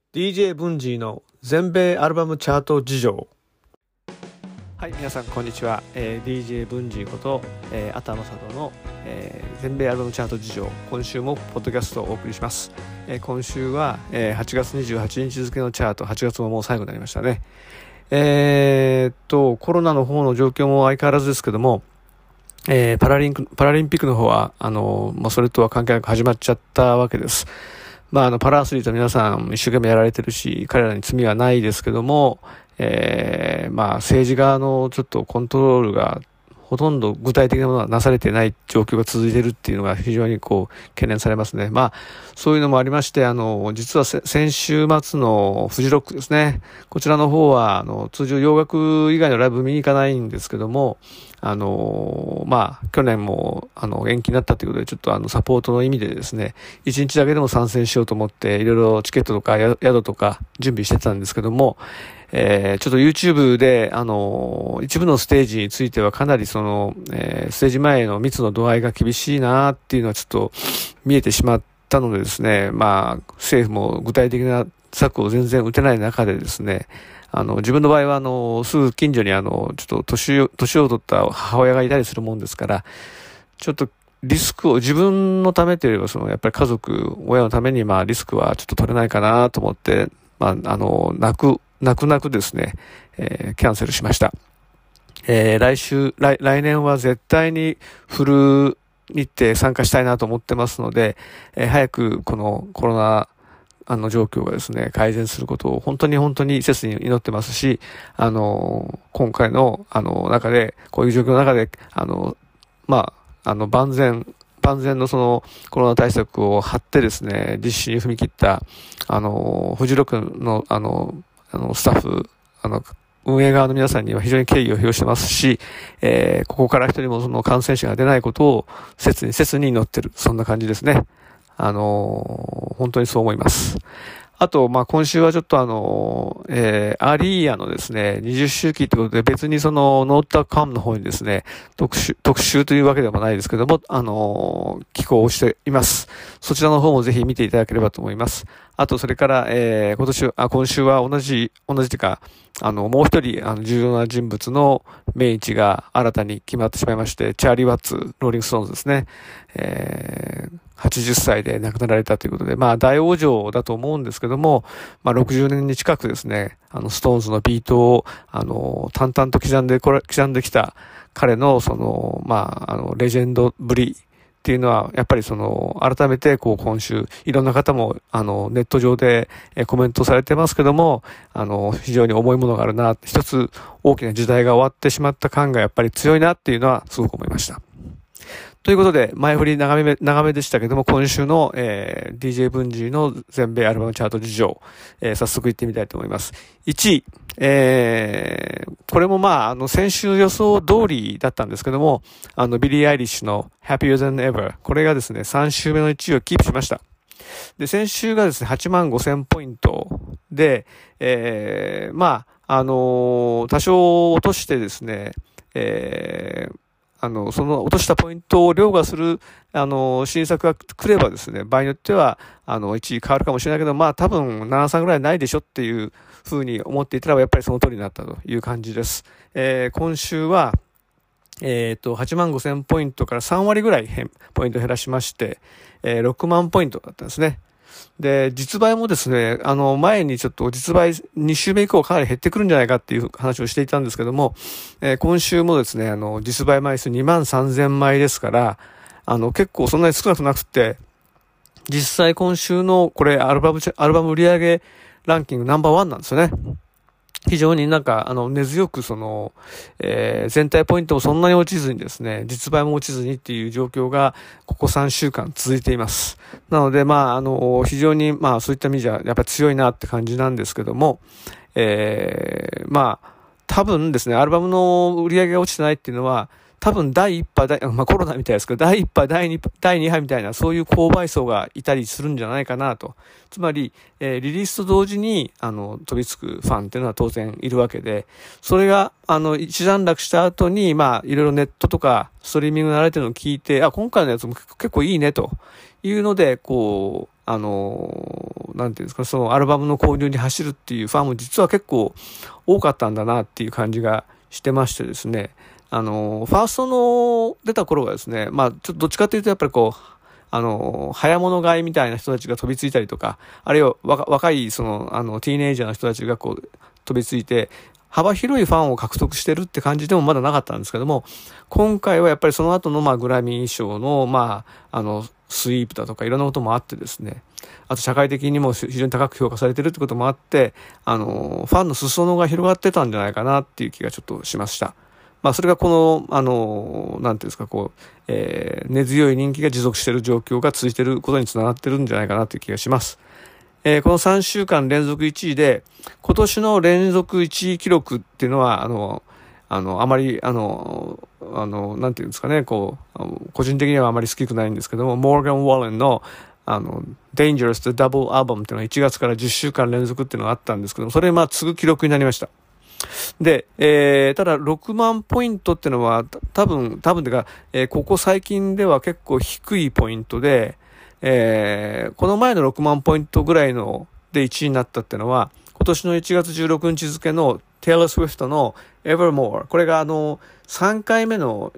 DJ ブンジーの全米アルバムチャート事情。はい、皆さんこんにちは。DJ ブンジーこと、アタマサドの、全米アルバムチャート事情。今週もポッドキャストをお送りします。今週は、8月28日付のチャート。8月ももう最後になりましたね。コロナの方の状況も相変わらずですけども、パラリンピックの方はそれとは関係なく始まっちゃったわけです。パラアスリートの皆さん一生懸命やられてるし、彼らに罪はないですけども、政治側のちょっとコントロールがほとんど具体的なものはなされてない状況が続いているっていうのが非常に懸念されますね。そういうのもありまして、実は先週末のフジロックですね。こちらの方は、通常洋楽以外のライブ見に行かないんですけども、去年も、延期になったということで、ちょっとサポートの意味でですね、1日だけでも参戦しようと思って、いろいろチケットとか宿とか準備してたんですけども、ちょっと YouTube で、一部のステージについてはかなりステージ前の密の度合いが厳しいなっていうのはちょっと見えてしまったのでですね、政府も具体的な策を全然打てない中でですね、自分の場合はすぐ近所にちょっと年を取った母親がいたりするもんですから、ちょっとリスクを自分のためというよりはやっぱり家族、親のためにリスクはちょっと取れないかなと思って、泣く泣くですね、キャンセルしました。来年は絶対にフル日程参加したいなと思ってますので、早くこのコロナ状況がですね、改善することを本当に切に祈ってますし、今回の中で、こういう状況の中で、万全のコロナ対策を張ってですね、実施に踏み切った、フジロックのスタッフ、運営側の皆さんには非常に敬意を表してますし、ここから一人も感染者が出ないことを切に祈ってる。そんな感じですね。本当にそう思います。あと、今週はちょっとアリーヤのですね、20周期ということで別にノートカムの方にですね、特集というわけでもないですけども、寄稿をしています。そちらの方もぜひ見ていただければと思います。あと、それから、今週は同じというか、もう一人、重要な人物の命日が新たに決まってしまいまして、チャーリー・ワッツ、ローリング・ストーンズですね。80歳で亡くなられたということで、大往生だと思うんですけども、60年に近くですね、ストーンズのビートを、淡々と刻んできた彼の、レジェンドぶりっていうのは、やっぱり改めて、今週、いろんな方も、ネット上でコメントされてますけども、非常に重いものがあるな、一つ大きな時代が終わってしまった感がやっぱり強いなっていうのはすごく思いました。ということで、前振り長めでしたけども、今週の、DJ ブンジーの全米アルバムチャート事情、早速行ってみたいと思います。1位、これも先週予想通りだったんですけども、ビリー・アイリッシュの Happier Than Ever、これがですね、3週目の1位をキープしました。で、先週がですね、85,000ポイントで、多少落としてですね、その落としたポイントを凌駕する、新作が来ればですね、場合によっては、1位変わるかもしれないけど、多分7、3ぐらいないでしょっていう風に思っていたら、やっぱりその通りになったという感じです。今週は、85,000ポイントから3割ぐらいポイント減らしまして、6万ポイントだったんですね。で、実売もですね、前にちょっと実売2週目以降かなり減ってくるんじゃないかっていう話をしていたんですけども、今週もですね、実売枚数23,000枚ですから、結構そんなに少なくなくて、実際今週のこれアルバム売上ランキングナンバーワンなんですよね。非常に根強く全体ポイントもそんなに落ちずにですね、実売も落ちずにっていう状況がここ3週間続いています。なので、非常にそういった意味じゃやっぱり強いなって感じなんですけども、多分ですね、アルバムの売り上げが落ちてないっていうのは、 多分第1波、コロナみたいですけど、第1波、第2波みたいな、そういう購買層がいたりするんじゃないかなと。つまり、リリースと同時に、飛びつくファンっていうのは当然いるわけで、それが、一段落した後に、いろいろネットとか、ストリーミング慣れてるのを聞いて、今回のやつも結構いいね、というので、なんていうんですか、そのアルバムの購入に走るっていうファンも実は結構多かったんだなっていう感じがしてましてですね、ファーストの出た頃はですね、ちょっとどっちかというとやっぱり早物買いみたいな人たちが飛びついたりとか、あるいは若いティーネイジャーの人たちが飛びついて、幅広いファンを獲得してるって感じでもまだなかったんですけども、今回はやっぱりその後のグラミー賞のスイープだとかいろんなこともあってですね、あと社会的にも非常に高く評価されてるってこともあって、ファンの裾野が広がってたんじゃないかなっていう気がちょっとしました。それがこの、なんていうんですか、根強い人気が持続している状況が続いていることにつながってるんじゃないかなという気がします。この3週間連続1位で、今年の連続1位記録っていうのは、あまり、なんていうんですかね、個人的にはあまり好きくないんですけども、モーガン・ウォーレンの、Dangerous to Double Album っていうのは1月から10週間連続っていうのがあったんですけども、それ次ぐ記録になりました。で、ただ6万ポイントっていうのは多分というか、ここ最近では結構低いポイントで、この前の6万ポイントぐらいので1位になったっていうのは、今年の1月16日付の Taylor Swift の Evermore。これが3回目の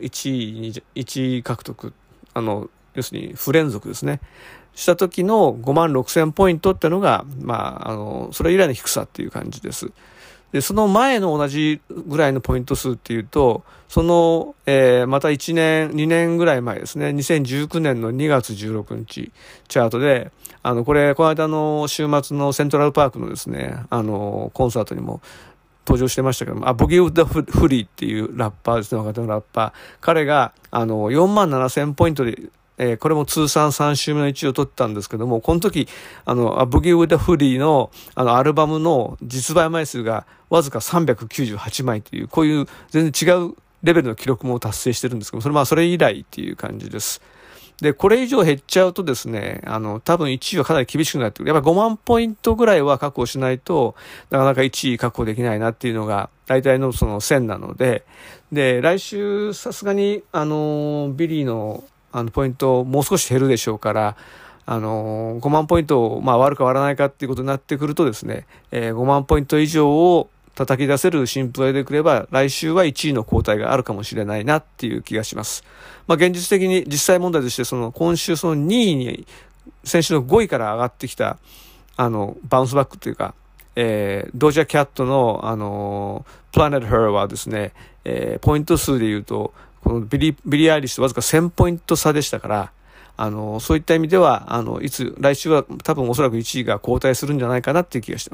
1位獲得。要するに不連続ですね。した時の5万6千ポイントっていうのが、それ以来の低さっていう感じです。で、その前の同じぐらいのポイント数っていうと、また1年、2年ぐらい前ですね、2019年の2月16日チャートで、この間の週末のセントラルパークのですね、コンサートにも登場してましたけども、ボギー・ウッド・フリーっていうラッパーですね、若手のラッパー。彼が、4万7千ポイントで、これも通算3週目の1位を取ったんですけども、この時、ブギー・ウッド・フリーの、アルバムの実売枚数がわずか398枚という、こういう全然違うレベルの記録も達成してるんですけども、それ以来っていう感じです。で、これ以上減っちゃうとですね、多分1位はかなり厳しくなってくる。やっぱ5万ポイントぐらいは確保しないと、なかなか1位確保できないなっていうのが、大体のその線なので、で、来週さすがに、ビリーのポイントもう少し減るでしょうから、5万ポイントを、割るか割らないかっていうことになってくるとですね、5万ポイント以上を叩き出せる新プレーでくれば、来週は1位の交代があるかもしれないなっていう気がします。現実的に実際問題として、今週2位に、先週の5位から上がってきた、バウンスバックというか、ドジャキャットの、Planet Her はですね、ポイント数で言うと、このビリー・アイリッシュとわずか1000ポイント差でしたから、そういった意味では、来週は多分おそらく1位が交代するんじゃないかなっていう気がしています。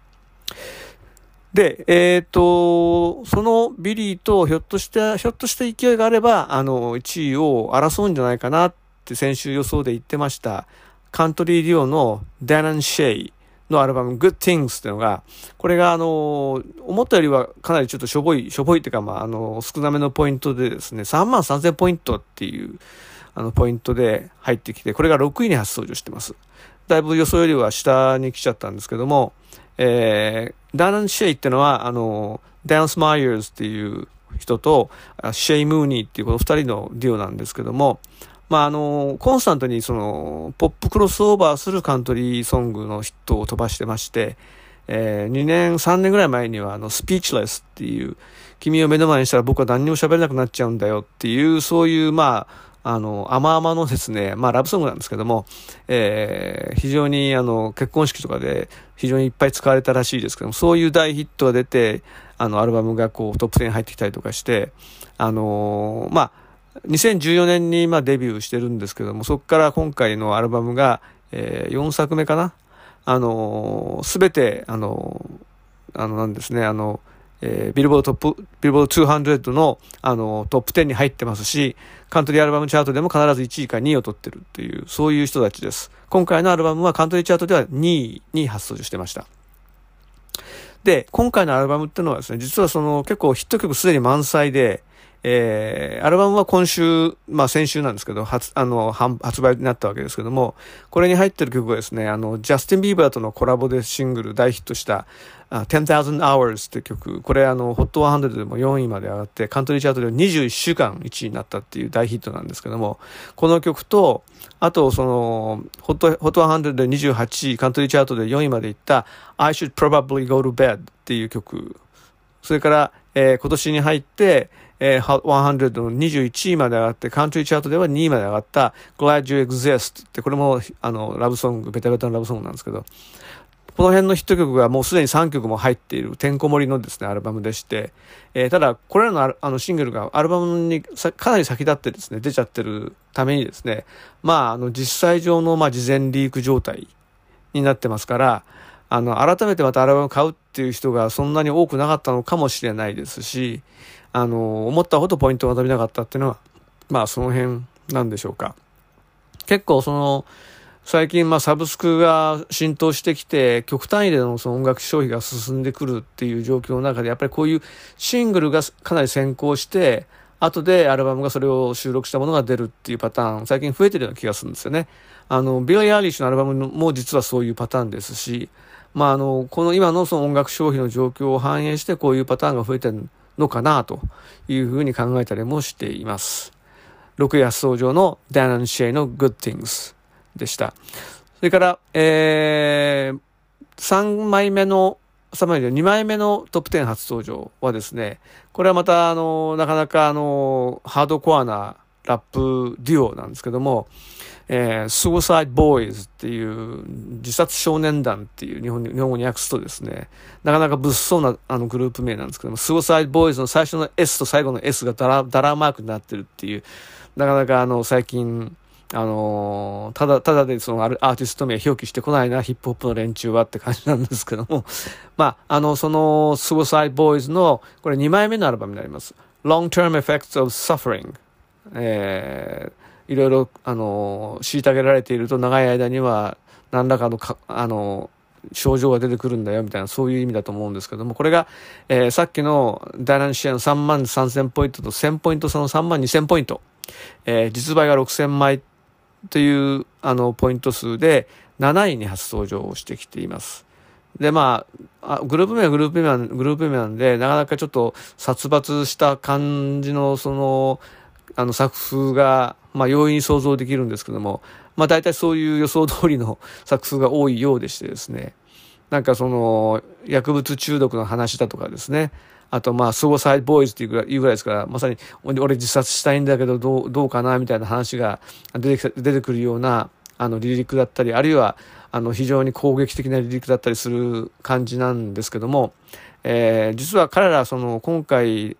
で、そのビリーとひょっとした勢いがあれば、1位を争うんじゃないかなって先週予想で言ってました、カントリーデュオのダナン・シェイのアルバム Good Things っていうのが、これが思ったよりはかなりちょっとしょぼいっていうか、少なめのポイントでですね、3万3000ポイントっていうポイントで入ってきて、これが6位に初登場してます。だいぶ予想よりは下に来ちゃったんですけども、ダーナン・シェイっていうのはダンス・マイヤーズっていう人とシェイ・ムーニーっていうこの2人のデュオなんですけども、コンスタントにポップクロスオーバーするカントリーソングのヒットを飛ばしてまして、2年、3年ぐらい前にはスピーチレスっていう、君を目の前にしたら僕は何にも喋れなくなっちゃうんだよっていう、そういう甘々のですね、ラブソングなんですけども、非常に結婚式とかで非常にいっぱい使われたらしいですけども、そういう大ヒットが出て、アルバムがトップ10に入ってきたりとかして、2014年にデビューしてるんですけども、そこから今回のアルバムが、4作目かな。すべて、なんですね、ビルボード200の、トップ10に入ってますし、カントリーアルバムチャートでも必ず1位か2位を取ってるっていう、そういう人たちです。今回のアルバムはカントリーチャートでは2位に初登場してました。で、今回のアルバムっていうのはですね、実は結構ヒット曲すでに満載で、 アルバムは今週、先週なんですけど、発売になったわけですけども、これに入ってる曲がですね、ジャスティン・ビーバーとのコラボでシングル大ヒットした、10,000 Hours って曲、これHOT100 でも4位まで上がって、カントリーチャートで21週間1位になったっていう大ヒットなんですけども、この曲と、あとHOT100 で28位、カントリーチャートで4位までいった I Should Probably Go to Bed っていう曲、それから、今年に入って、HOT100 の21位まで上がって、カントリーチャートでは2位まで上がった Glad You Exist って、これも、ラブソング、ベタベタのラブソングなんですけど、この辺のヒット曲がもうすでに3曲も入っている、てんこ盛りのですね、アルバムでして、ただ、これらのシングルがアルバムにかなり先立ってですね、出ちゃってるためにですね、実際上の、事前リーク状態になってますから、改めてまたアルバムを買うっていう人がそんなに多くなかったのかもしれないですし、思ったほどポイントが伸びなかったっていうのは、その辺なんでしょうか。結構最近サブスクが浸透してきて、極単位でのその音楽消費が進んでくるっていう状況の中で、やっぱりこういうシングルがかなり先行して、後でアルバムがそれを収録したものが出るっていうパターン、最近増えてるような気がするんですよね。ビリー・アイリッシュのアルバムも実はそういうパターンですし、この今のその音楽消費の状況を反映してこういうパターンが増えてるのかなというふうに考えたりもしています。6位初登場の Dan and Shay の Good Things でした。それから、2枚目のトップ10初登場はですね、これはまたなかなかハードコアなラップデュオなんですけども、Suicide Boys っていう自殺少年団っていう日本語に訳すとですね、なかなか物騒なグループ名なんですけども、Suicide Boys の最初の S と最後の S がダラーマークになってるっていう、なかなか最近ただでそのアーティスト名表記してこないな、ヒップホップの連中はって感じなんですけども、その Suicide Boys のこれ2枚目のアルバムになります。Long Term Effects of Suffering。いろいろ虐げられていると長い間には何らかの症状が出てくるんだよみたいな、そういう意味だと思うんですけども、これが、さっきのダイナンシアの33,000ポイントと1000ポイント差の32,000ポイント、実売が6,000枚というポイント数で7位に初登場してきています。でグループ名はグループ名なんで、なかなかちょっと殺伐した感じの作風が容易に想像できるんですけども、大体そういう予想通りの作風が多いようでしてですね、なんか薬物中毒の話だとかですね、あとSuicide Boys っていうぐらいですから、まさに俺自殺したいんだけどどうかなみたいな話が出てくるようなリリックだったり、あるいは非常に攻撃的なリリックだったりする感じなんですけども、実は彼ら今回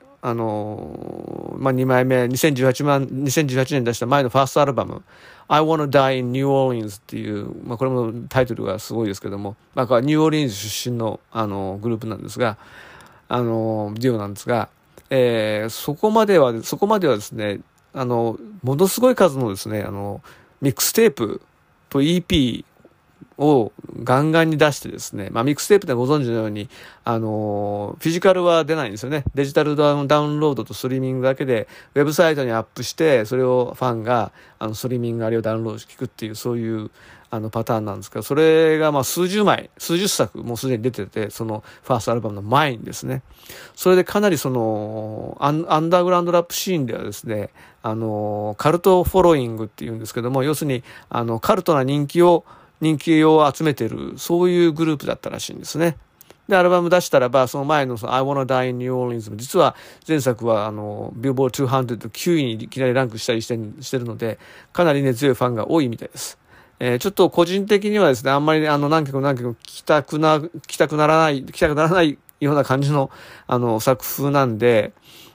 2枚目2018年出した前のファーストアルバム I Wanna Die in New Orleans っていう、これもタイトルがすごいですけども、ニューオーリンズ出身のグループなんですが、デュオなんですが、そこまではですね、ものすごい数のですね、ミックステープと EP をガンガンに出してですね、ミックステープでご存知のように、フィジカルは出ないんですよね。デジタルダウンロードとストリーミングだけで、ウェブサイトにアップして、それをファンが、ストリーミングあるいはダウンロードして聞くっていう、そういう、パターンなんですけど、それが数十作もうすでに出てて、そのファーストアルバムの前にですね、それでかなりアンダーグラウンドラップシーンではですね、カルトフォローイングっていうんですけども、要するに、カルトな人気を集めている、そういうグループだったらしいんですね。で、アルバム出したらば、その前のI Wanna Die in New Orleans も、実は前作はBillboard 200 9位にいきなりランクしたりしてるので、かなり根強いファンが多いみたいです。ちょっと個人的にはですね、あんまり何曲聞きたくならないような感じの作風なんで、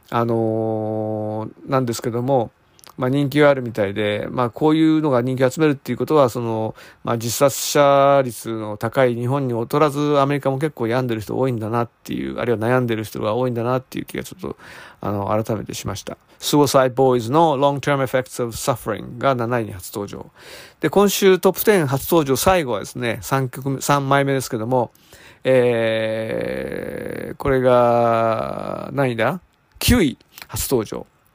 なんですけども、人気があるみたいで、こういうのが人気を集めるっていうことは、自殺者率の高い日本に劣らず、アメリカも結構病んでる人多いんだなっていう、あるいは悩んでる人が多いんだなっていう気がちょっと、改めてしました。Suicide Boys の Long Term Effects of Suffering が7位に初登場。で、今週トップ10初登場最後はですね、3枚目ですけども、これが、何位だ ?9 位初登場。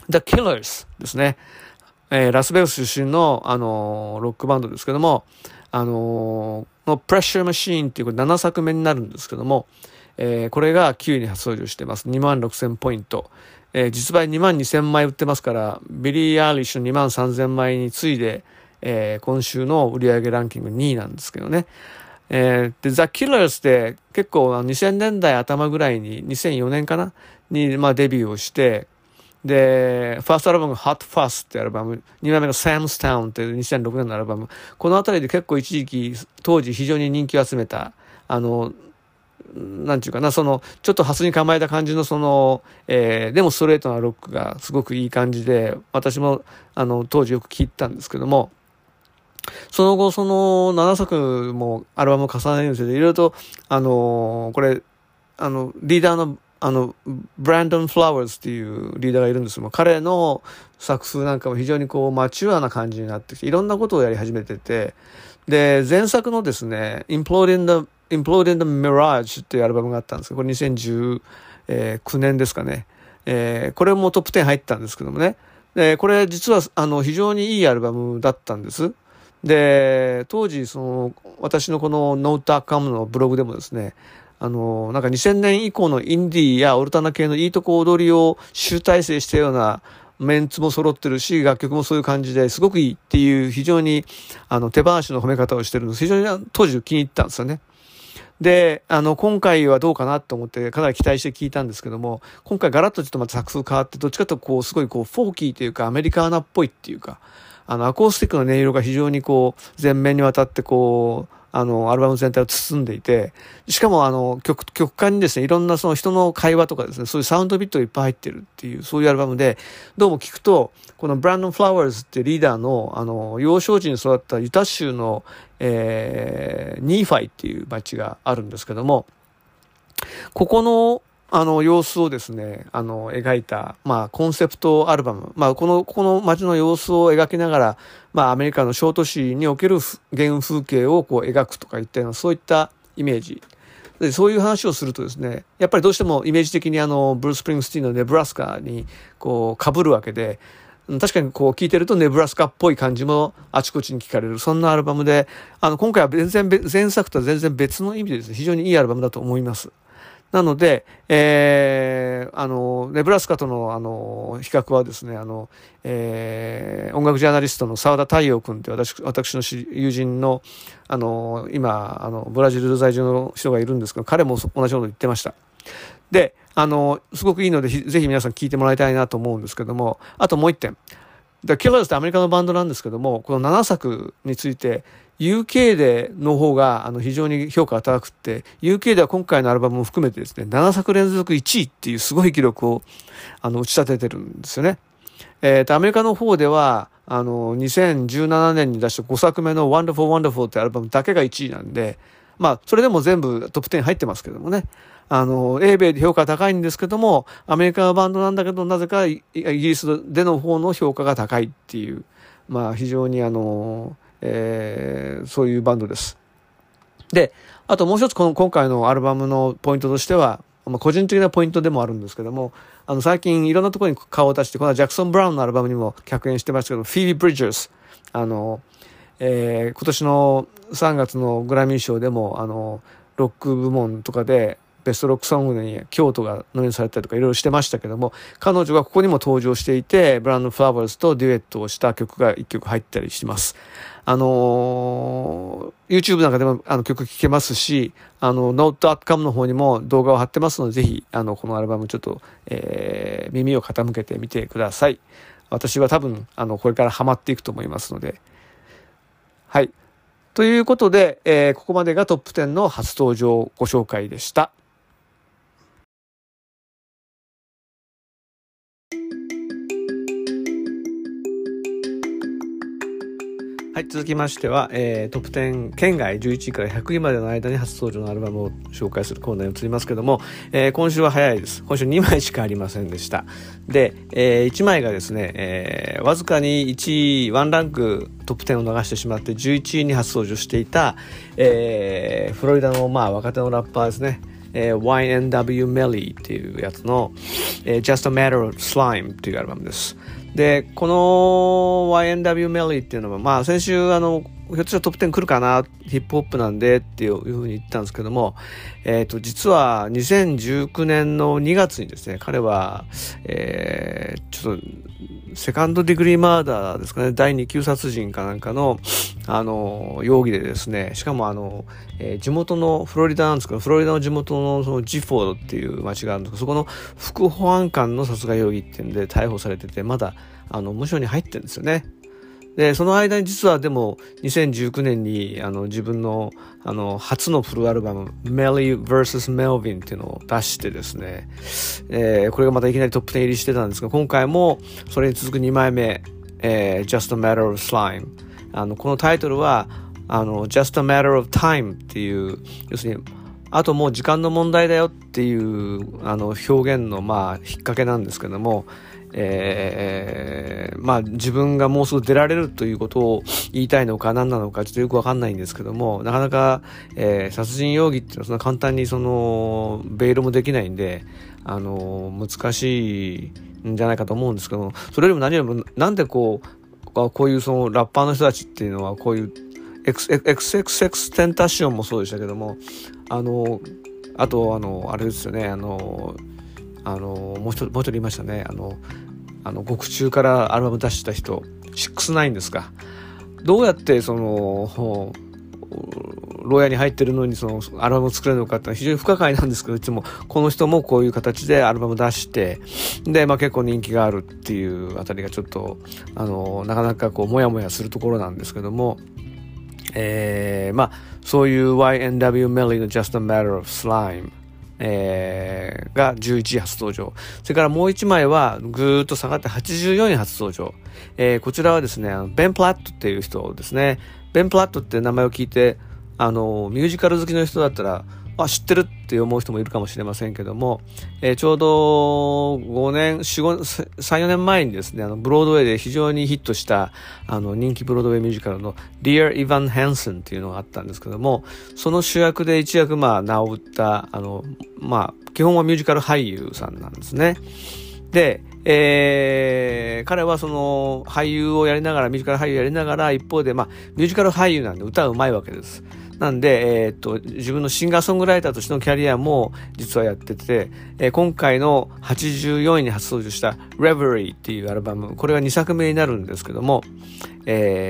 The Killers ですね。ラスベガス出身の、ロックバンドですけども、の Pressure Machine っていう7作目になるんですけども、これが9位に初登場しています。26,000ポイント。実売22,000枚売ってますから、ビリー・アーリッシュの23,000枚に次いで、今週の売上ランキング2位なんですけどね。で、The Killers で結構2000年代頭ぐらいに、2004年かなに、デビューをして、で、ファーストアルバムが Hot Fuss ってアルバム、2枚目が Sam's Town っていう2006年のアルバム、このあたりで結構一時期、当時非常に人気を集めた、なんていうかな、ちょっとハスに構えた感じのでもストレートなロックがすごくいい感じで、私も当時よく聴いたんですけども、その後7作もアルバムを重ねるにつれていろいろとこれリーダーのブランドン・フラワーズっていうリーダーがいるんですけども、彼の作風なんかも非常にマチュアな感じになってきて、いろんなことをやり始めてて、で前作のですね Implode in the Mirage っていうアルバムがあったんですけど、これ2019年ですかね、これもトップ10入ったんですけどもね、でこれ実は非常にいいアルバムだったんです。で当時私のこの Note.com のブログでもですね、なんか2000年以降のインディーやオルタナ系のいいとこ踊りを集大成したようなメンツも揃ってるし、楽曲もそういう感じですごくいいっていう非常に手放しの褒め方をしてるので、非常に当時気に入ったんですよね。で今回はどうかなと思ってかなり期待して聞いたんですけども、今回ガラッとちょっとまた作風変わって、どっちかというとすごいフォーキーというかアメリカーナっぽいっていうか、アコースティックの音色が非常に前面にわたってアルバム全体を包んでいて、しかも曲間にですね、いろんな人の会話とかですね、そういうサウンドビットがいっぱい入ってるっていう、そういうアルバムで、どうも聞くと、このブランドン・フラワーズっていうリーダーの、幼少時に育ったユタ州の、ニーファイっていう町があるんですけども、ここの様子をですね、描いた、コンセプトアルバム。この街の様子を描きながら、アメリカの小都市における原風景を描くとかいったような、そういったイメージ。で、そういう話をするとですね、やっぱりどうしてもイメージ的にブルース・スプリングスティーンのネブラスカに、被るわけで、確かに聞いてるとネブラスカっぽい感じもあちこちに聞かれる。そんなアルバムで、今回は前作とは全然別の意味でですね、非常にいいアルバムだと思います。なので、ネブラスカとの、比較はですね、音楽ジャーナリストの澤田太陽君って私の友人の、今、ブラジル在住の人がいるんですけど、彼も同じこと言ってました。で、すごくいいので、ぜひ皆さん聞いてもらいたいなと思うんですけども、あともう一点。The Killers ってアメリカのバンドなんですけども、この7作について、UK での方が非常に評価が高くって、UK では今回のアルバムも含めてですね、7作連続1位っていうすごい記録を打ち立ててるんですよね。アメリカの方では2017年に出した5作目の Wonderful Wonderful ってアルバムだけが1位なんで、それでも全部トップ10入ってますけどもね。英米で評価が高いんですけども、アメリカのバンドなんだけど、なぜかイギリスでの方の評価が高いっていう、非常にそういうバンドです。で、あともう一つ今回のアルバムのポイントとしては、個人的なポイントでもあるんですけども、最近いろんなところに顔を出して、このジャクソン・ブラウンのアルバムにも客演してましたけど、フィービー・ブリッジャーズ、今年の3月のグラミー賞でもロック部門とかでベストロックソングに京都がノミネートされたりとかいろいろしてましたけども、彼女がここにも登場していて、ブランドン・フラワーズとデュエットをした曲が1曲入ったりします。YouTube なんかでも曲聴けますし、Note.com の方にも動画を貼ってますので、ぜひこのアルバムちょっと、耳を傾けてみてください。私は多分これからハマっていくと思いますので。はい。ということで、ここまでがトップ10の初登場ご紹介でした。はい、続きましては、トップ10圏外11位から100位までの間に初登場のアルバムを紹介するコーナーに移りますけども、今週は早いです。今週2枚しかありませんでした。で、1枚がですね、わずかに1位、1ランクトップ10を逃してしまって11位に初登場していた、フロリダの若手のラッパーですね。 YNW Melly っていうやつの、Just a Matter of Slime っていうアルバムです。で、この YNW Melly っていうのは、まあ先週ひょっとしたらトップ10来るかな、ヒップホップなんでっていうふうに言ったんですけども、実は2019年の2月にですね、彼は、ちょっとセカンドディグリーマーダーですかね、第2級殺人かなんかの、容疑でですね、しかも地元のフロリダなんですけど、フロリダの地元のそのジフォードっていう町があるんですけど、そこの副保安官の殺害容疑っていうんで逮捕されてて、まだ無償に入ってるんですよね。で、その間に実はでも2019年に自分の初のフルアルバム Melly vs. Melvin っていうのを出してですね、これがまたいきなりトップ10入りしてたんですが、今回もそれに続く2枚目、Just a Matter of Slime、このタイトルはJust a Matter of Time っていう、要するにあともう時間の問題だよっていう表現のまあ引っ掛けなんですけども、まあ自分がもうすぐ出られるということを言いたいのか何なのかちょっとよくわかんないんですけども、なかなか、殺人容疑っていうのはそんな簡単にベイルもできないんで難しいんじゃないかと思うんですけども、それよりも何よりもなんでこういうそのラッパーの人たちっていうのはこういうXXX テンタシオンもそうでしたけども、あとあれですよね、もう一人いましたね、獄中からアルバム出した人6ix9ineですか。どうやって牢屋に入ってるのにアルバムを作れるのかってのは非常に不可解なんですけど、いつもこの人もこういう形でアルバム出してで、まあ、結構人気があるっていうあたりがちょっとなかなかこうモヤモヤするところなんですけども、まあそういう YNW Melly の Just a Matter of Slime、が11位初登場。それからもう1枚はぐーっと下がって84位初登場。こちらはですね、ベン・プラットっていう人ですね。ベン・プラットって名前を聞いてミュージカル好きの人だったら知ってるって思う人もいるかもしれませんけども、ちょうど3、4年前にですね、ブロードウェイで非常にヒットした人気ブロードウェイミュージカルの Dear Evan Hansen っていうのがあったんですけども、その主役で一躍名を売った基本はミュージカル俳優さんなんですね。で、彼はその俳優をやりながら、ミュージカル俳優やりながら、一方でミュージカル俳優なんで歌ううまいわけです。なんで、自分のシンガーソングライターとしてのキャリアも実はやってて、今回の84位に初登場した Reverie っていうアルバム、これが2作目になるんですけども、こ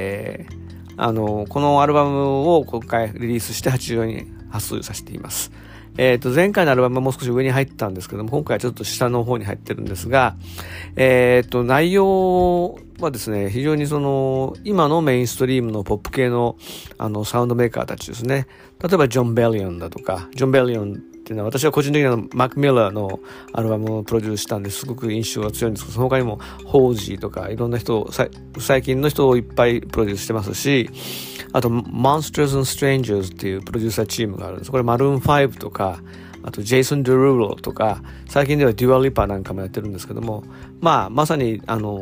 のアルバムを今回リリースして84位に初登場させています。前回のアルバムはもう少し上に入ったんですけども、今回はちょっと下の方に入ってるんですが、内容はですね、非常に今のメインストリームのポップ系のサウンドメーカーたちですね。例えばジョン・ベリオンだとか、ジョン・ベリオンっていうのは私は個人的にマック・ミラーのアルバムをプロデュースしたんですごく印象が強いんですけど、その他にもホージーとかいろんな人、最近の人をいっぱいプロデュースしてますし、あと Monsters and Strangers っていうプロデューサーチームがあるんです。これマルーン5とか、あとジェイソン・デュルーロとか、最近ではデュア・リパなんかもやってるんですけども、まさに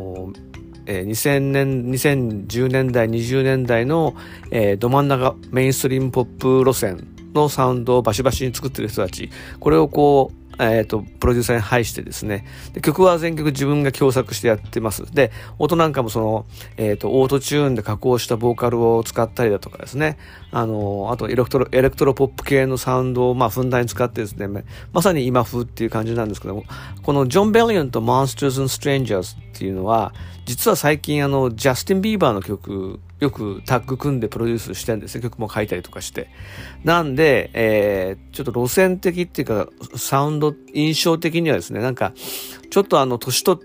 2010年代20年代の、ど真ん中メインストリームポップ路線のサウンドをバシバシに作ってる人たち、これをプロデューサーに配してですね、で曲は全曲自分が共作してやってます。で、音なんかもオートチューンで加工したボーカルを使ったりだとかですね、あとエレクトロポップ系のサウンドをふんだんに使ってですね、まさに今風っていう感じなんですけども、このジョン・ベリオンと Monsters and Strangers っていうのは、実は最近ジャスティン・ビーバーの曲よくタッグ組んでプロデュースしてるんですね。曲も書いたりとかして。なんで、ちょっと路線的っていうか、サウンド、印象的にはですね、なんか、ちょっと年取った、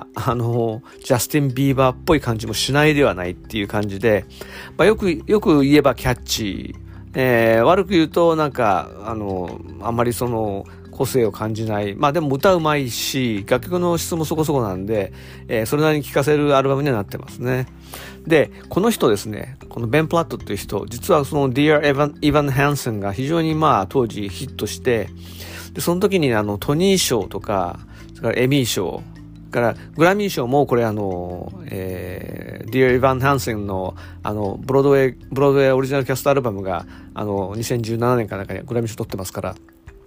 ジャスティン・ビーバーっぽい感じもしないではないっていう感じで、よく言えばキャッチー。悪く言うと、なんか、あんまり個性を感じない。でも歌うまいし、楽曲の質もそこそこなんで、それなりに聴かせるアルバムにはなってますね。で、この人ですね、このベン・プラットっていう人、実はDear Evan Hansen が非常に当時ヒットして、で、その時にトニー賞とか、それからエミー賞、からグラミー賞もこれDear Evan Hansen のブロードウェイオリジナルキャストアルバムが2017年かなんかにグラミー賞取ってますから、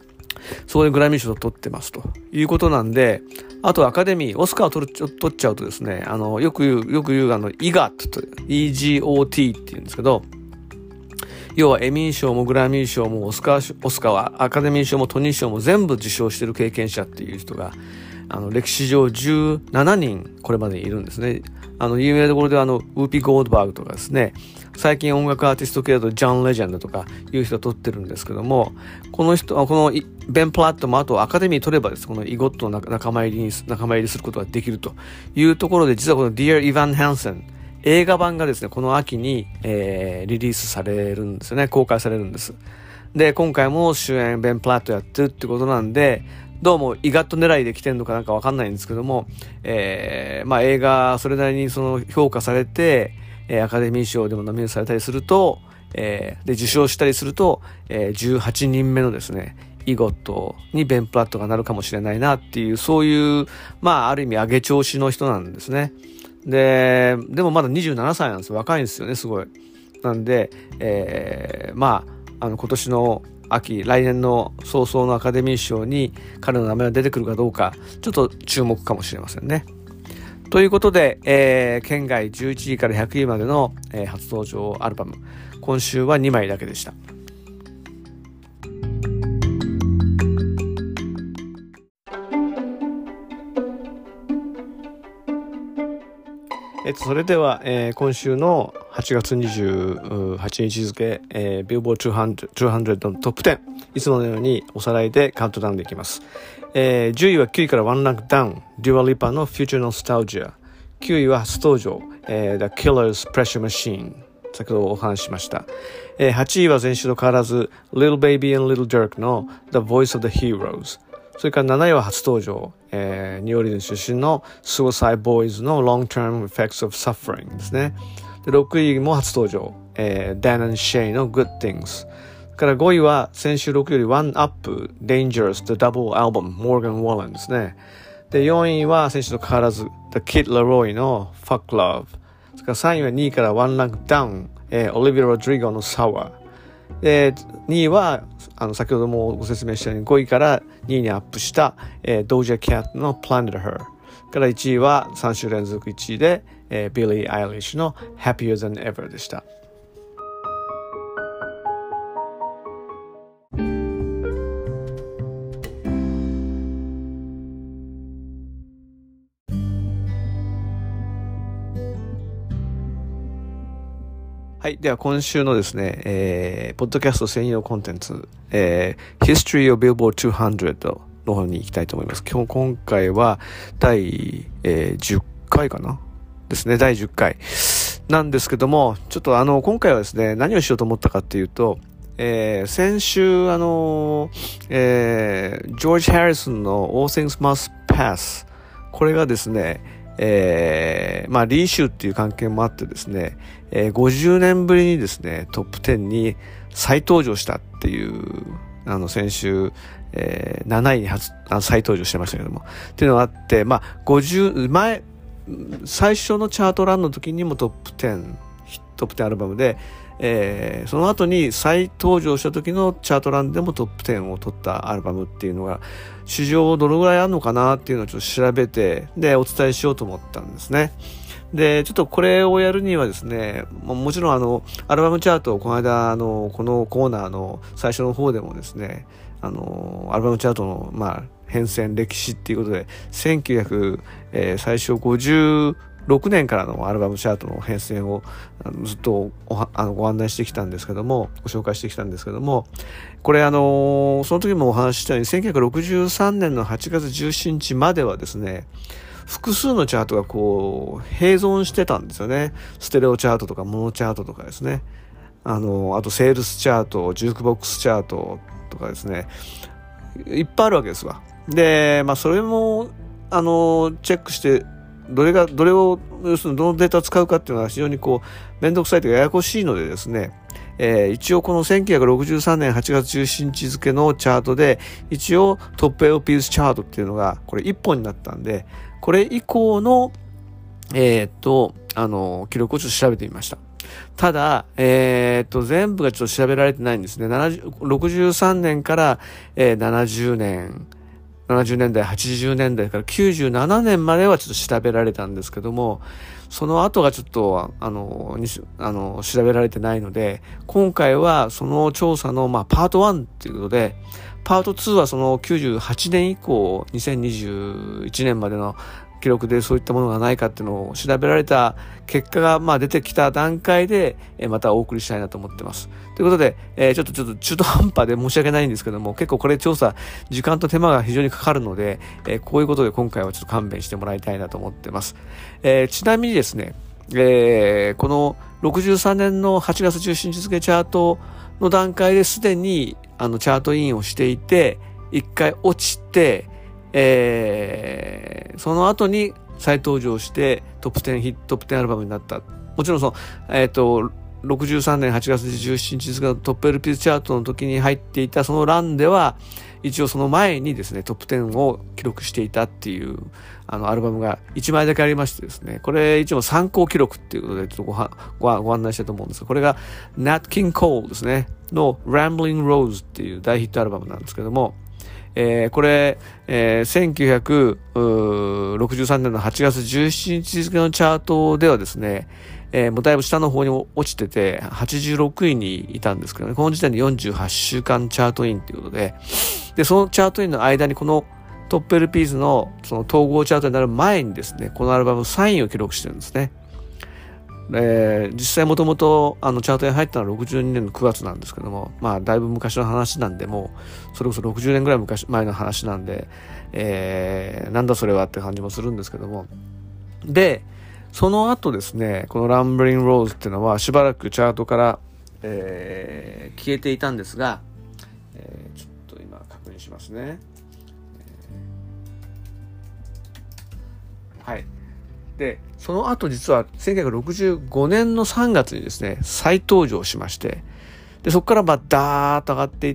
そこでグラミー賞を取ってますということなんで、あとアカデミー、オスカーを取っちゃうとですね、よく言うEGOT と、EGOT って言うんですけど、要はエミー賞もグラミー賞もオスカーはアカデミー賞もトニー賞も全部受賞してる経験者っていう人が、歴史上17人これまでいるんですね。有名なところではウーピー・ゴールドバーグとかですね、最近音楽アーティスト系だとジャン・レジェンドとかいう人が取ってるんですけども、このベン・プラットもあとアカデミー取ればです、このイゴットの仲間入りすることができるというところで、実はこの Dear Evan Hansen映画版がですね、この秋に、リリースされるんですよね。公開されるんです。で、今回も主演ベン・プラットやってるってことなんで、どうもイガット狙いで来てるのかなんかわかんないんですけども、映画それなりにその評価されて、アカデミー賞でもノミネートされたりすると、で受賞したりすると、18人目のですね、イゴットにベン・プラットがなるかもしれないなっていう、そういうある意味上げ調子の人なんですね。でもまだ27歳なんですよ。若いんですよね、すごい。なんで、今年の秋、来年の早々のアカデミー賞に彼の名前が出てくるかどうか、ちょっと注目かもしれませんね。ということで、県外11位から100位までの、初登場アルバム、今週は2枚だけでした。それでは、今週の8月28日付、Billboard 200のトップ10、いつものようにおさらいでカウントダウンでいきます。10位は9位から1ランクダウン、Dua Lipa の Future Nostalgia。9位は初登場、The Killer's Pressure Machine。先ほどお話ししました。8位は前週と変わらず、Lil Baby and Lil Durk の The Voice of the Heroes。それから7位は初登場、ニューオーリンズ出身の Suicide Boys の Long-Term Effects of Suffering ですね。で、6位も初登場、Dan and Shay の Good Things。から5位は先週6より1アップ Dangerous The Double Album Morgan Wallen ですね。で、4位は先週と変わらず The Kid Laroi の Fuck Love。それから3位は2位から1ランクダウン、Olivia Rodrigo の Sour。2位は先ほどもご説明したように5位から2位にアップした、Doja Cat の Planet Her から1位は3週連続1位で、Billie Eilish の Happier Than Ever でした。はい。では今週のですね、ポッドキャスト専用コンテンツ、History of Billboard 200の方に行きたいと思います。今回は第、10回かなですね。第10回なんですけども、ちょっと今回はですね、何をしようと思ったかっていうと、先週ジョージ・ハリソンの All Things Must Pass、 これがですね、リーシュっていう関係もあってですね、50年ぶりにですねトップ10に再登場したっていう先週、7位に再登場してましたけどもっていうのがあって、最初のチャートランの時にもトップ10アルバムで、その後に再登場した時のチャートランでもトップ10を取ったアルバムっていうのが市場どのぐらいあるのかなっていうのをちょっと調べて、でお伝えしようと思ったんですね。でちょっとこれをやるにはですね、もちろんアルバムチャートをこの間このコーナーの最初の方でもですねアルバムチャートの変遷歴史っていうことで1900、最初56年からのアルバムチャートの変遷をずっとご案内してきたんですけども、ご紹介してきたんですけども、これその時もお話ししたように1963年の8月17日まではですね複数のチャートがこう併存してたんですよね。ステレオチャートとかモノチャートとかですね、あとセールスチャート、ジュークボックスチャートとかですね、いっぱいあるわけですわ。でそれもチェックしてどれを要するにどのデータを使うかっていうのは非常にこうめんどくさいというかややこしいのでですね、一応この1963年8月17日付のチャートで一応トップ LPs チャートっていうのがこれ1本になったんで、これ以降の記録をちょっと調べてみました。 ただ、全部がちょっと調べられてないんですね。63年から、70年代、80年代から97年まではちょっと調べられたんですけども、その後がちょっと、調べられてないので、今回はその調査の、パート1ということで、パート2はその98年以降、2021年までの記録でそういったものがないかっていうのを調べられた結果が出てきた段階でまたお送りしたいなと思ってます。ということで、ちょっと中途半端で申し訳ないんですけども、結構これ調査時間と手間が非常にかかるので、こういうことで今回はちょっと勘弁してもらいたいなと思ってます。ちなみにですね、この63年の8月17日付チャートの段階ですでにチャートインをしていて、一回落ちて、その後に再登場してトップ10アルバムになった。もちろん63年8月17日付のトップ LP チャートの時に入っていたそのランでは、一応その前にですね、トップ10を記録していたっていう、アルバムが1枚だけありましてですね、これ一応参考記録っていうことでちょっとご案内したいと思うんですが、これが Nat King Cole ですね、の Rambling Rose っていう大ヒットアルバムなんですけども、これ、1963年の8月17日付のチャートではですね、もうだいぶ下の方に落ちてて86位にいたんですけどね、この時点で48週間チャートインということで、そのチャートインの間にこのトップ LPs のその統合チャートになる前にですね、このアルバム3位を記録してるんですね。実際もともとチャートに入ったのは62年の9月なんですけども、だいぶ昔の話なんで、もうそれこそ60年ぐらい前の話なんで、なんだそれはって感じもするんですけども、でその後ですね、このランブリングローズっていうのはしばらくチャートから、消えていたんですが、ちょっと今確認しますね。はい。で、その後実は1965年の3月にですね、再登場しまして、で、そこからダーッと上がっていって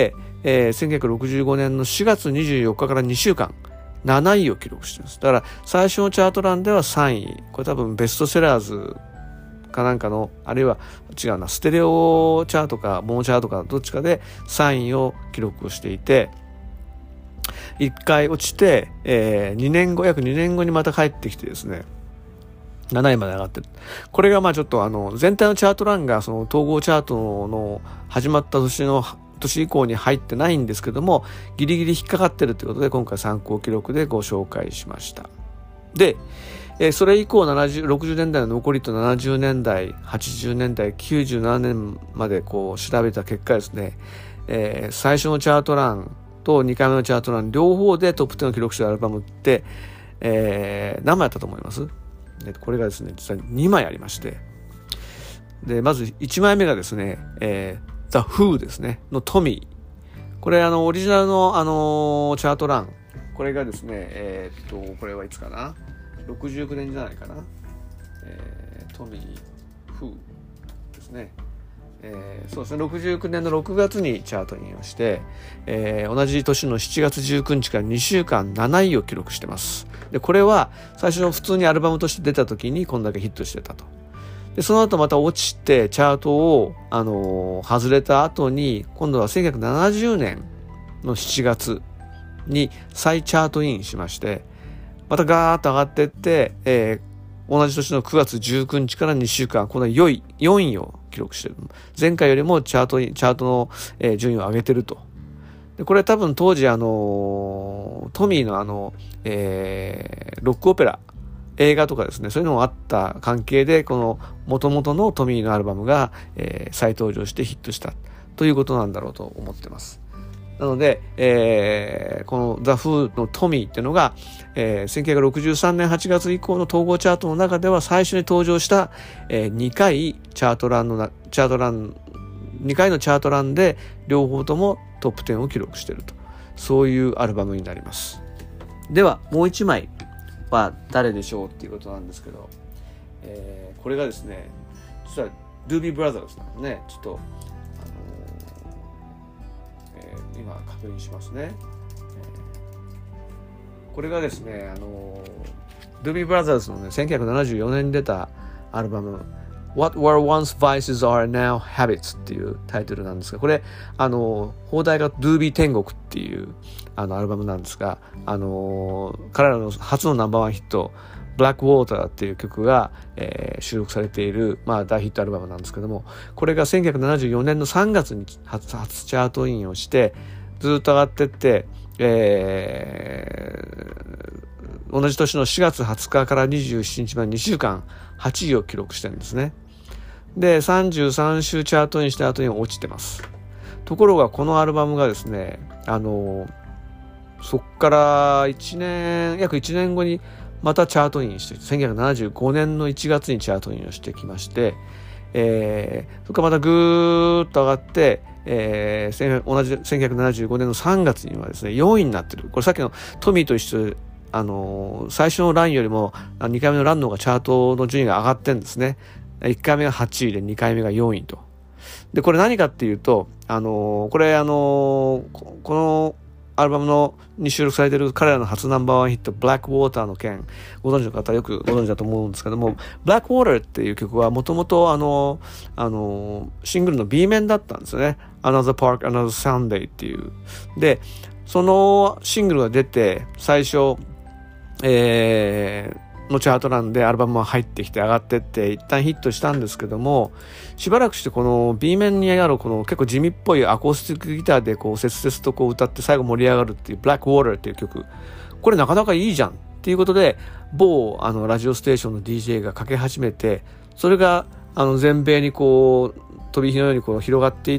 、1965年の4月24日から2週間、7位を記録しています。だから最初のチャート欄では3位。これ多分ベストセラーズかなんかの、あるいは違うな、ステレオチャートかモノチャートかどっちかで3位を記録をしていて、1回落ちて、約2年後にまた帰ってきてですね、7位まで上がってる。これがちょっと全体のチャート欄がその統合チャートの始まった年以降に入ってないんですけども、ギリギリ引っかかってるということで今回参考記録でご紹介しました。で、それ以降60年代の残りと70年代、80年代、97年までこう調べた結果ですね、最初のチャート欄と2回目のチャート欄両方でトップ10を記録したアルバムって、何枚あったと思います？これがですね、実際2枚ありまして、でまず1枚目がですね、The Who ですねのトミー。これオリジナルのチャート欄、これがですね、これはいつかな、69年じゃないかな、トミー Who ですね。そうですね、69年の6月にチャートインをして、同じ年の7月19日から2週間7位を記録してます。でこれは最初の普通にアルバムとして出た時にこんだけヒットしてたと。でその後また落ちてチャートを、外れた後に今度は1970年の7月に再チャートインしまして、またガーッと上がっていって、同じ年の9月19日から2週間、この4位を記録している。前回よりもチャートの、順位を上げてると。でこれ多分当時トミーのロックオペラ、映画とかですね、そういうのもあった関係で、この元々のトミーのアルバムが、再登場してヒットしたということなんだろうと思ってます。なので、この The Who のトミーっていうのが、1963年8月以降の統合チャートの中では最初に登場した、2回のチャート欄で両方ともトップ10を記録していると、そういうアルバムになります。ではもう1枚は誰でしょうっていうことなんですけど、これがですね、実はドゥービーブラザーズなのね、ちょっと今確認しますね。これがですね、ドゥービーブラザーズのね、1974年に出たアルバム、 What were once vices are now habits っていうタイトルなんですが、これ放題が Doobie 天国っていうアルバムなんですが、彼らの初のナンバーワンヒットBlack Water っていう曲が、収録されている、大ヒットアルバムなんですけども、これが1974年の3月に初チャートインをしてずっと上がってって、同じ年の4月20日から27日まで2週間8位を記録してるんですね。で33週チャートインした後に落ちてます。ところがこのアルバムがですね、そっから約1年後にまたチャートインして、1975年の1月にチャートインをしてきまして、そこからまたぐーっと上がって、同じ1975年の3月にはですね4位になってる。これさっきのトミーと一緒で最初のランよりも2回目のランの方がチャートの順位が上がってるんですね。1回目が8位で2回目が4位と。でこれ何かっていうと、このアルバムに収録されている彼らの初ナンバーワンヒット Black Water の件、ご存知の方はよくご存知だと思うんですけども、Black Water っていう曲はもともとシングルの B 面だったんですよね。Another Park Another Sunday っていう。でそのシングルが出て最初のチャートなんでアルバムが入ってきて上がってって一旦ヒットしたんですけども、しばらくしてこの B 面にあるこの結構地味っぽいアコースティックギターでこう切々とこう歌って最後盛り上がるっていう Black Water っていう曲、これなかなかいいじゃんっていうことで某ラジオステーションの DJ がかけ始めて、それが全米にこう飛び火のようにこう広がっていって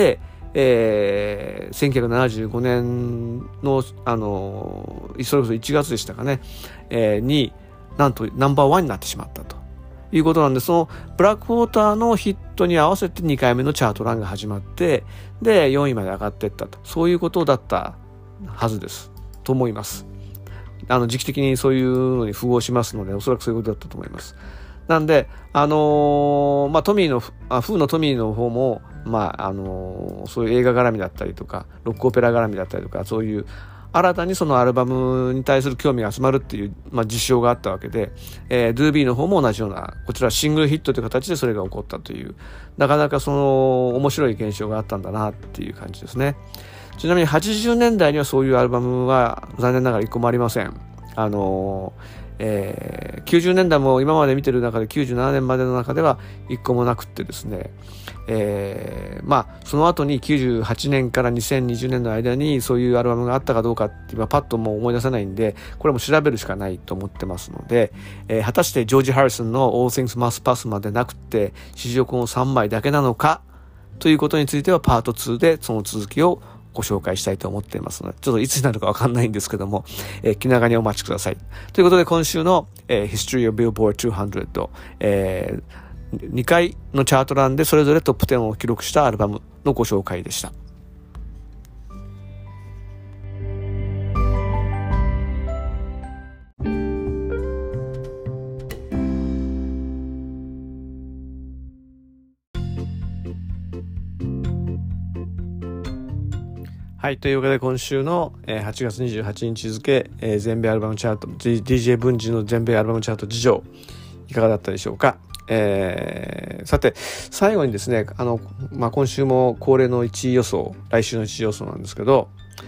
、1975年のそれこそ1月でしたかね、になんとナンバーワンになってしまったということなんで、そのブラックウォーターのヒットに合わせて2回目のチャートランが始まって、で4位まで上がっていったと、そういうことだったはずですと思います。時期的にそういうのに符合しますので、おそらくそういうことだったと思います。なんでトミーのフーのトミーの方もそういう映画絡みだったりとかロックオペラ絡みだったりとか、そういう新たにそのアルバムに対する興味が集まるっていう、事象があったわけで、Doobie の方も同じような、こちらシングルヒットという形でそれが起こったという、なかなかその面白い現象があったんだなっていう感じですね。ちなみに80年代にはそういうアルバムは残念ながら一個もありません。90年代も今まで見てる中で97年までの中では一個もなくってですね、その後に98年から2020年の間にそういうアルバムがあったかどうかってパッともう思い出せないんで、これも調べるしかないと思ってますので、果たしてジョージ・ハリソンの All Things Must Pass までなくって史上この3枚だけなのかということについてはパート2でその続きをご紹介したいと思っていますので、ちょっといつになるかわかんないんですけども、気長にお待ちください。ということで今週の、History of Billboard 200、2回のチャート欄でそれぞれトップ10を記録したアルバムのご紹介でした。はい、というわけで今週の8月28日付全米アルバムチャート DJ 文治の全米アルバムチャート事情いかがだったでしょうか。さて最後にですね、今週も恒例の1位予想、来週の1位予想なんですけど、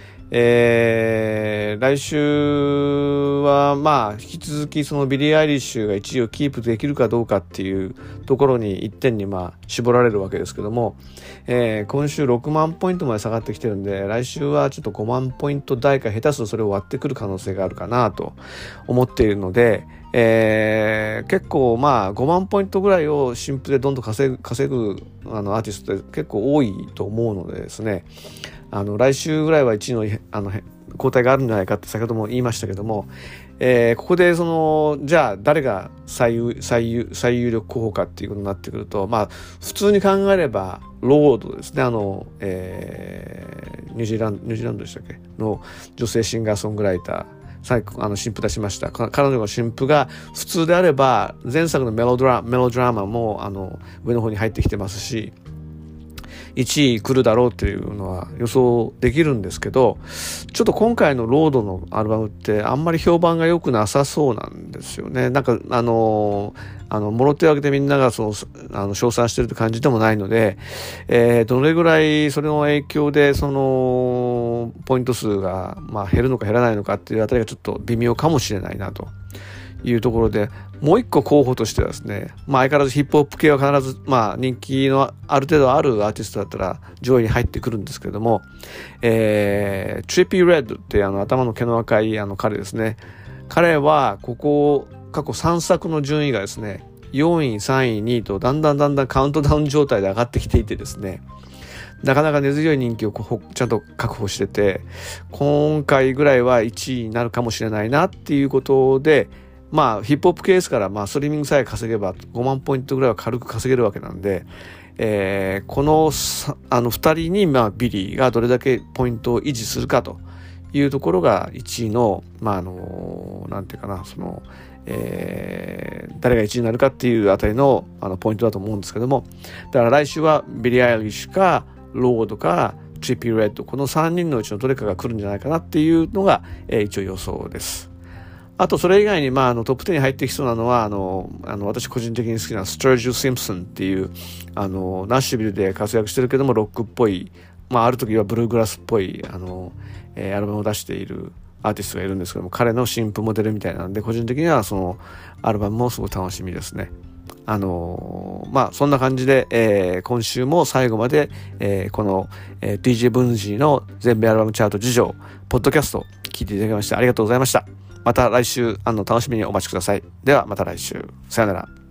来週は引き続きそのビリー・アイリッシュが1位をキープできるかどうかっていうところに1点に絞られるわけですけども、今週6万ポイントまで下がってきてるんで、来週はちょっと5万ポイント台か下手するとそれを割ってくる可能性があるかなと思っているので、結構5万ポイントぐらいを新譜でどんどん稼ぐアーティストって結構多いと思うのでですね、来週ぐらいは1位の交代があるんじゃないかって先ほども言いましたけども、ここでじゃあ誰が最有力候補かっていうことになってくると、普通に考えればロードですね。ニュージーランドでしたっけの女性シンガーソングライター、最後新譜出しました。彼女の新譜が普通であれば前作のメロドラマも上の方に入ってきてますし、1位来るだろうっていうのは予想できるんですけど、ちょっと今回のロードのアルバムってあんまり評判が良くなさそうなんですよね。なんかもろ手を挙げてみんなが称賛してるって感じでもないので、どれぐらいそれの影響で、ポイント数が、減るのか減らないのかっていうあたりがちょっと微妙かもしれないなというところで、もう一個候補としてはですね、相変わらずヒップホップ系は必ず、人気のある程度あるアーティストだったら上位に入ってくるんですけれども、Trippie Redd って頭の毛の赤い彼ですね。彼は過去3作の順位がですね、4位、3位、2位とだんだんカウントダウン状態で上がってきていてですね、なかなか根強い人気をちゃんと確保してて、今回ぐらいは1位になるかもしれないなっていうことで、ヒップホップ系ですから、ストリーミングさえ稼げば5万ポイントぐらいは軽く稼げるわけなんで、この2人に、ビリーがどれだけポイントを維持するかというところが1位の、なんていうかな、誰が1位になるかっていうあたりの、ポイントだと思うんですけども、だから来週はビリー・アイリッシュか、ロードか、Trippie Redd、この3人のうちのどれかが来るんじゃないかなっていうのが、一応予想です。あとそれ以外に、トップ10に入ってきそうなのは、私個人的に好きなスタージュ・シンプソンっていう、ナッシュビルで活躍してるけども、ロックっぽい、ある時はブルーグラスっぽい、アルバムを出しているアーティストがいるんですけども、彼の新譜モデルみたいなんで、個人的にはそのアルバムもすごい楽しみですね。そんな感じで、今週も最後まで、この、DJ ブンジーの全米アルバムチャート事情、ポッドキャストを聞いていただきましてありがとうございました。また来週、楽しみにお待ちください。ではまた来週。さよなら。